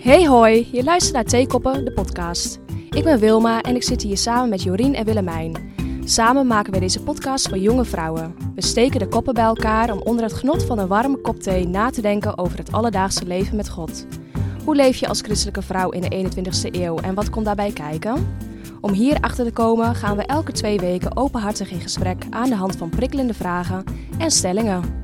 Hey hoi, je luistert naar Theekoppen, de podcast. Ik ben Wilma en ik zit hier samen met Jorien en Willemijn. Samen maken we deze podcast voor jonge vrouwen. We steken de koppen bij elkaar om onder het genot van een warme kop thee na te denken over het alledaagse leven met God. Hoe leef je als christelijke vrouw in de 21ste eeuw en wat komt daarbij kijken? Om hier achter te komen gaan we elke 2 weken openhartig in gesprek aan de hand van prikkelende vragen en stellingen.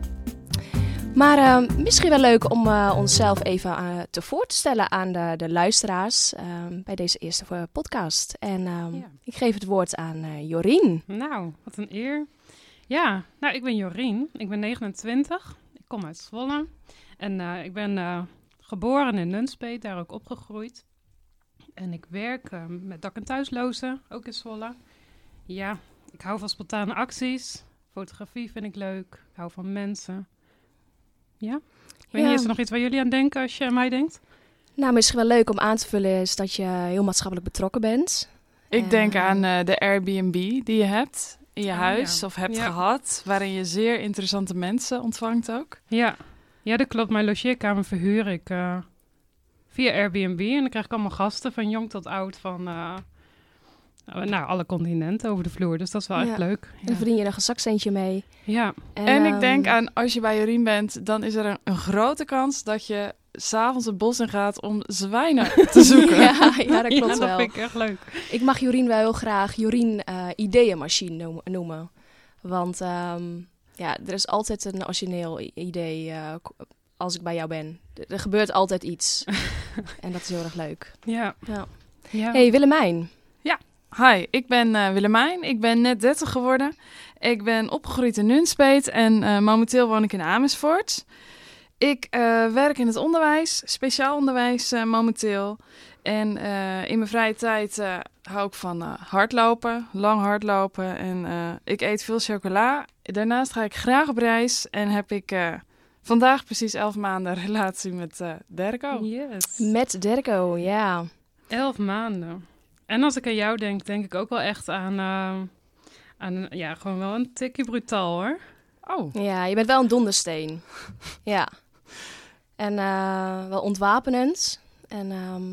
Maar misschien wel leuk om onszelf even te voor te stellen aan de luisteraars bij deze eerste podcast. En ik geef het woord aan Jorien. Nou, wat een eer. Ja, nou, ik ben Jorien. Ik ben 29. Ik kom uit Zwolle. En ik ben geboren in Nunspeet, daar ook opgegroeid. En ik werk met dak- en thuislozen, ook in Zwolle. Ja, ik hou van spontane acties. Fotografie vind ik leuk. Ik hou van mensen. Ja? Weet je, is er nog iets waar jullie aan denken als je aan mij denkt? Nou, misschien wel leuk om aan te vullen is dat je heel maatschappelijk betrokken bent. Ik denk aan de Airbnb die je hebt in je huis of hebt gehad, waarin je zeer interessante mensen ontvangt ook. Ja, dat klopt. Mijn logeerkamer verhuur ik via Airbnb en dan krijg ik allemaal gasten van jong tot oud van alle continenten over de vloer. Dus dat is wel echt leuk. Ja. En dan verdien je er een zakcentje mee. Ja. En ik denk aan, als je bij Jorien bent, dan is er een grote kans dat je 's avonds het bos in gaat om zwijnen te zoeken. ja, dat klopt wel. Dat vind ik echt leuk. Ik mag Jorien wel heel graag Jorien ideeënmachine noemen. Want er is altijd een origineel idee als ik bij jou ben. Er gebeurt altijd iets. En dat is heel erg leuk. Ja. Hey, Willemijn. Hi, ik ben Willemijn. Ik ben net 30 geworden. Ik ben opgegroeid in Nunspeet en momenteel woon ik in Amersfoort. Ik werk in het onderwijs, speciaal onderwijs momenteel. En in mijn vrije tijd hou ik van hardlopen, lang hardlopen. En ik eet veel chocola. Daarnaast ga ik graag op reis en heb ik vandaag precies 11 maanden relatie met Derko. Yes. Met Derko, ja. 11 maanden. En als ik aan jou denk, denk ik ook wel echt aan gewoon wel een tikje brutaal, hoor. Oh. Ja, je bent wel een dondersteen. Ja. En wel ontwapenend. En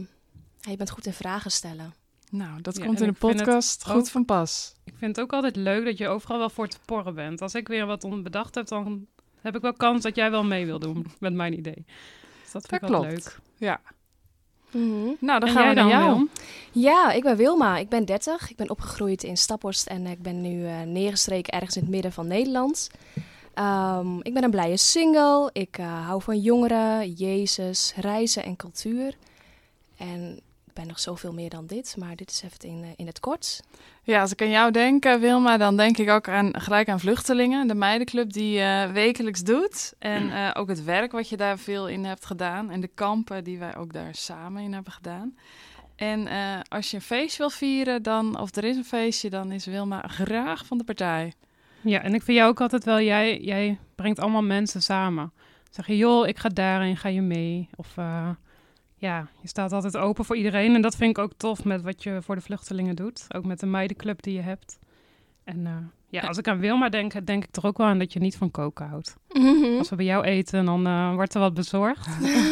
je bent goed in vragen stellen. Nou, dat komt in de podcast goed van pas. Ik vind het ook altijd leuk dat je overal wel voor te porren bent. Als ik weer wat onbedacht heb, dan heb ik wel kans dat jij wel mee wil doen met mijn idee. Dus dat vind ik wel leuk. Ja. Mm-hmm. Nou, dan gaan we naar jou. Ja, ik ben Wilma. Ik ben 30. Ik ben opgegroeid in Staphorst en ik ben nu neergestreken ergens in het midden van Nederland. Ik ben een blije single. Ik hou van jongeren, Jezus, reizen en cultuur. En ik ben nog zoveel meer dan dit, maar dit is even in het kort. Ja, als ik aan jou denk, Wilma, dan denk ik ook gelijk aan vluchtelingen. De meidenclub die wekelijks doet. En ook het werk wat je daar veel in hebt gedaan. En de kampen die wij ook daar samen in hebben gedaan. En als je een feestje wil vieren, of er is een feestje, dan is Wilma graag van de partij. Ja, en ik vind jou ook altijd wel, jij brengt allemaal mensen samen. Zeg je, joh, ik ga daarheen, ga je mee? Of je staat altijd open voor iedereen. En dat vind ik ook tof met wat je voor de vluchtelingen doet. Ook met de meidenclub die je hebt. En als ik aan Wilma denk, denk ik toch ook wel aan dat je niet van koken houdt. Mm-hmm. Als we bij jou eten, dan wordt er wat bezorgd.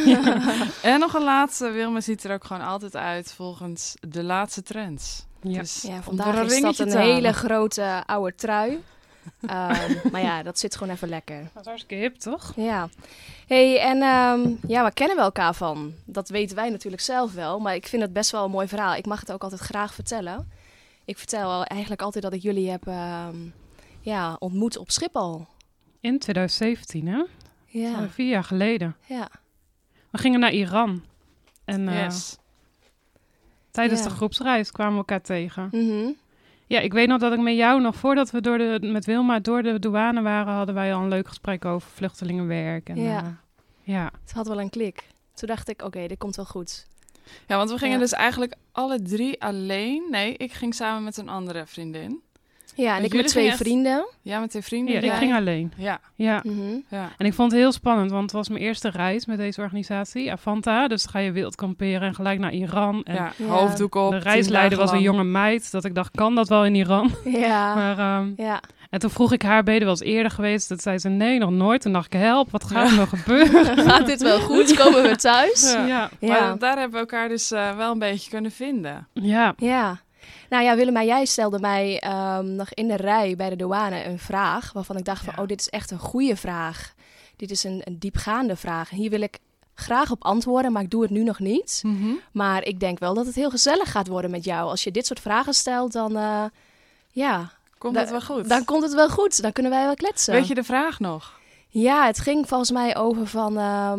En nog een laatste, Wilma ziet er ook gewoon altijd uit volgens de laatste trends. Ja, dus vandaag is dat een hele grote oude trui. Maar ja, dat zit gewoon even lekker. Dat is hartstikke hip, toch? Ja. Hey, en waar kennen we elkaar van? Dat weten wij natuurlijk zelf wel, maar ik vind het best wel een mooi verhaal. Ik mag het ook altijd graag vertellen. Ik vertel eigenlijk altijd dat ik jullie heb ontmoet op Schiphol. In 2017, hè? Ja. 4 jaar geleden. Ja. We gingen naar Iran. En tijdens de groepsreis kwamen we elkaar tegen. Mm-hmm. Ja, ik weet nog dat ik met jou nog voordat we met Wilma door de douane waren, hadden wij al een leuk gesprek over vluchtelingenwerk. En, Het had wel een klik. Toen dacht ik, oké, dit komt wel goed. Ja, want we gingen dus eigenlijk alle 3 alleen. Nee, ik ging samen met een andere vriendin. Ja, en ik met 2 vrienden. Ja, met 2 vrienden. Ja, ik ging alleen. Ja. Mm-hmm. Ja. En ik vond het heel spannend, want het was mijn eerste reis met deze organisatie, Avanta. Dus dan ga je wild kamperen en gelijk naar Iran. En hoofddoek op. De reisleider was een jonge meid, dat ik dacht, kan dat wel in Iran? Ja. Maar, En toen vroeg ik haar, ben je er wel eens eerder geweest? Dat zei ze, nee, nog nooit. Toen dacht ik, help, wat gaat er nou gebeuren? Gaat dit wel goed? Komen we thuis? Ja. Ja. Maar daar hebben we elkaar dus wel een beetje kunnen vinden. Ja. Ja. Nou ja, Willemijn, jij stelde mij nog in de rij bij de douane een vraag waarvan ik dacht van, oh, dit is echt een goede vraag. Dit is een diepgaande vraag. En hier wil ik graag op antwoorden, maar ik doe het nu nog niet. Mm-hmm. Maar ik denk wel dat het heel gezellig gaat worden met jou. Als je dit soort vragen stelt, dan Komt het wel goed? Dan komt het wel goed. Dan kunnen wij wel kletsen. Weet je de vraag nog? Ja, het ging volgens mij over van...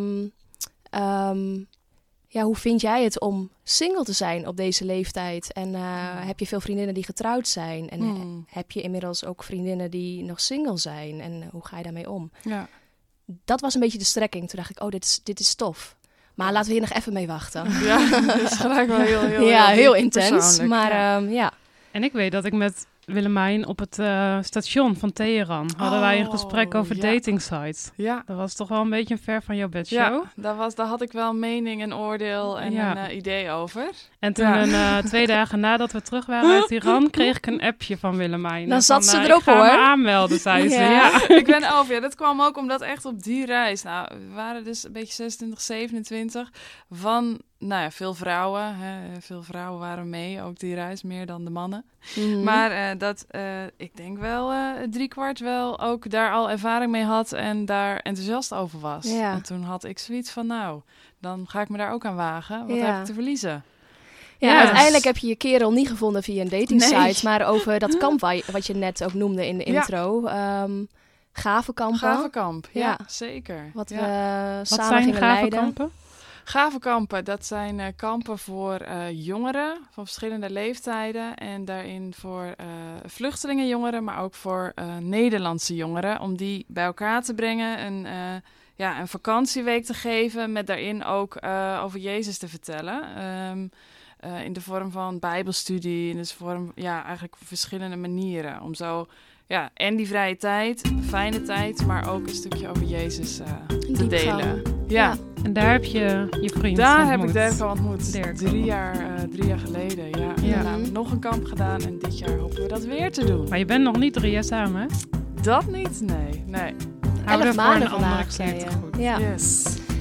hoe vind jij het om single te zijn op deze leeftijd? En heb je veel vriendinnen die getrouwd zijn? En heb je inmiddels ook vriendinnen die nog single zijn? En hoe ga je daarmee om? Ja. Dat was een beetje de strekking. Toen dacht ik, oh, dit is tof. Maar laten we hier nog even mee wachten. Ja, dat is gelijk wel heel intens. persoonlijk, Maar ja. En ik weet dat ik met Willemijn op het station van Teheran hadden wij een gesprek over dating sites. Ja. Dat was toch wel een beetje een ver van jouw bedshow. Ja, daar had ik wel een mening, een oordeel en een idee over. En toen 2 dagen nadat we terug waren uit Iran, kreeg ik een appje van Willemijn. Dan zat ze erop, ik ga hoor. me aanmelden, zei ze. Ja. Ik ben over. Ja, dat kwam ook omdat echt op die reis, nou, we waren dus een beetje 26, 27 van... Nou ja, veel vrouwen. Veel vrouwen waren mee, ook die reis, meer dan de mannen. Mm-hmm. Maar ik denk wel 3/4 wel ook daar al ervaring mee had en daar enthousiast over was. Ja. En toen had ik zoiets van, nou, dan ga ik me daar ook aan wagen. Wat heb ik te verliezen? Ja, uiteindelijk heb je je kerel niet gevonden via een datingsite, maar over dat kamp wat je net ook noemde in de intro. Gavenkamp, ja, zeker. Wat we Wat samen zijn gingen leiden. gavenkampen? Gavenkampen, dat zijn kampen voor jongeren van verschillende leeftijden. En daarin voor vluchtelingenjongeren, maar ook voor Nederlandse jongeren. Om die bij elkaar te brengen, een vakantieweek te geven met daarin ook over Jezus te vertellen. In de vorm van bijbelstudie, in de vorm, eigenlijk verschillende manieren. Om zo, en die vrije tijd, fijne tijd, maar ook een stukje over Jezus te delen. Ja. En daar heb je vriend Daar ontmoet. heb ik Dirk al ontmoet. Dirk. 3 jaar geleden, ja. En daarna hebben we nog een kamp gedaan en dit jaar hopen we dat weer te doen. Maar je bent nog niet 3 jaar samen, hè? Dat niet? Nee. Hou 11 er voor maanden een andere vandaag, keer zei te je. goed. Ja. Yes.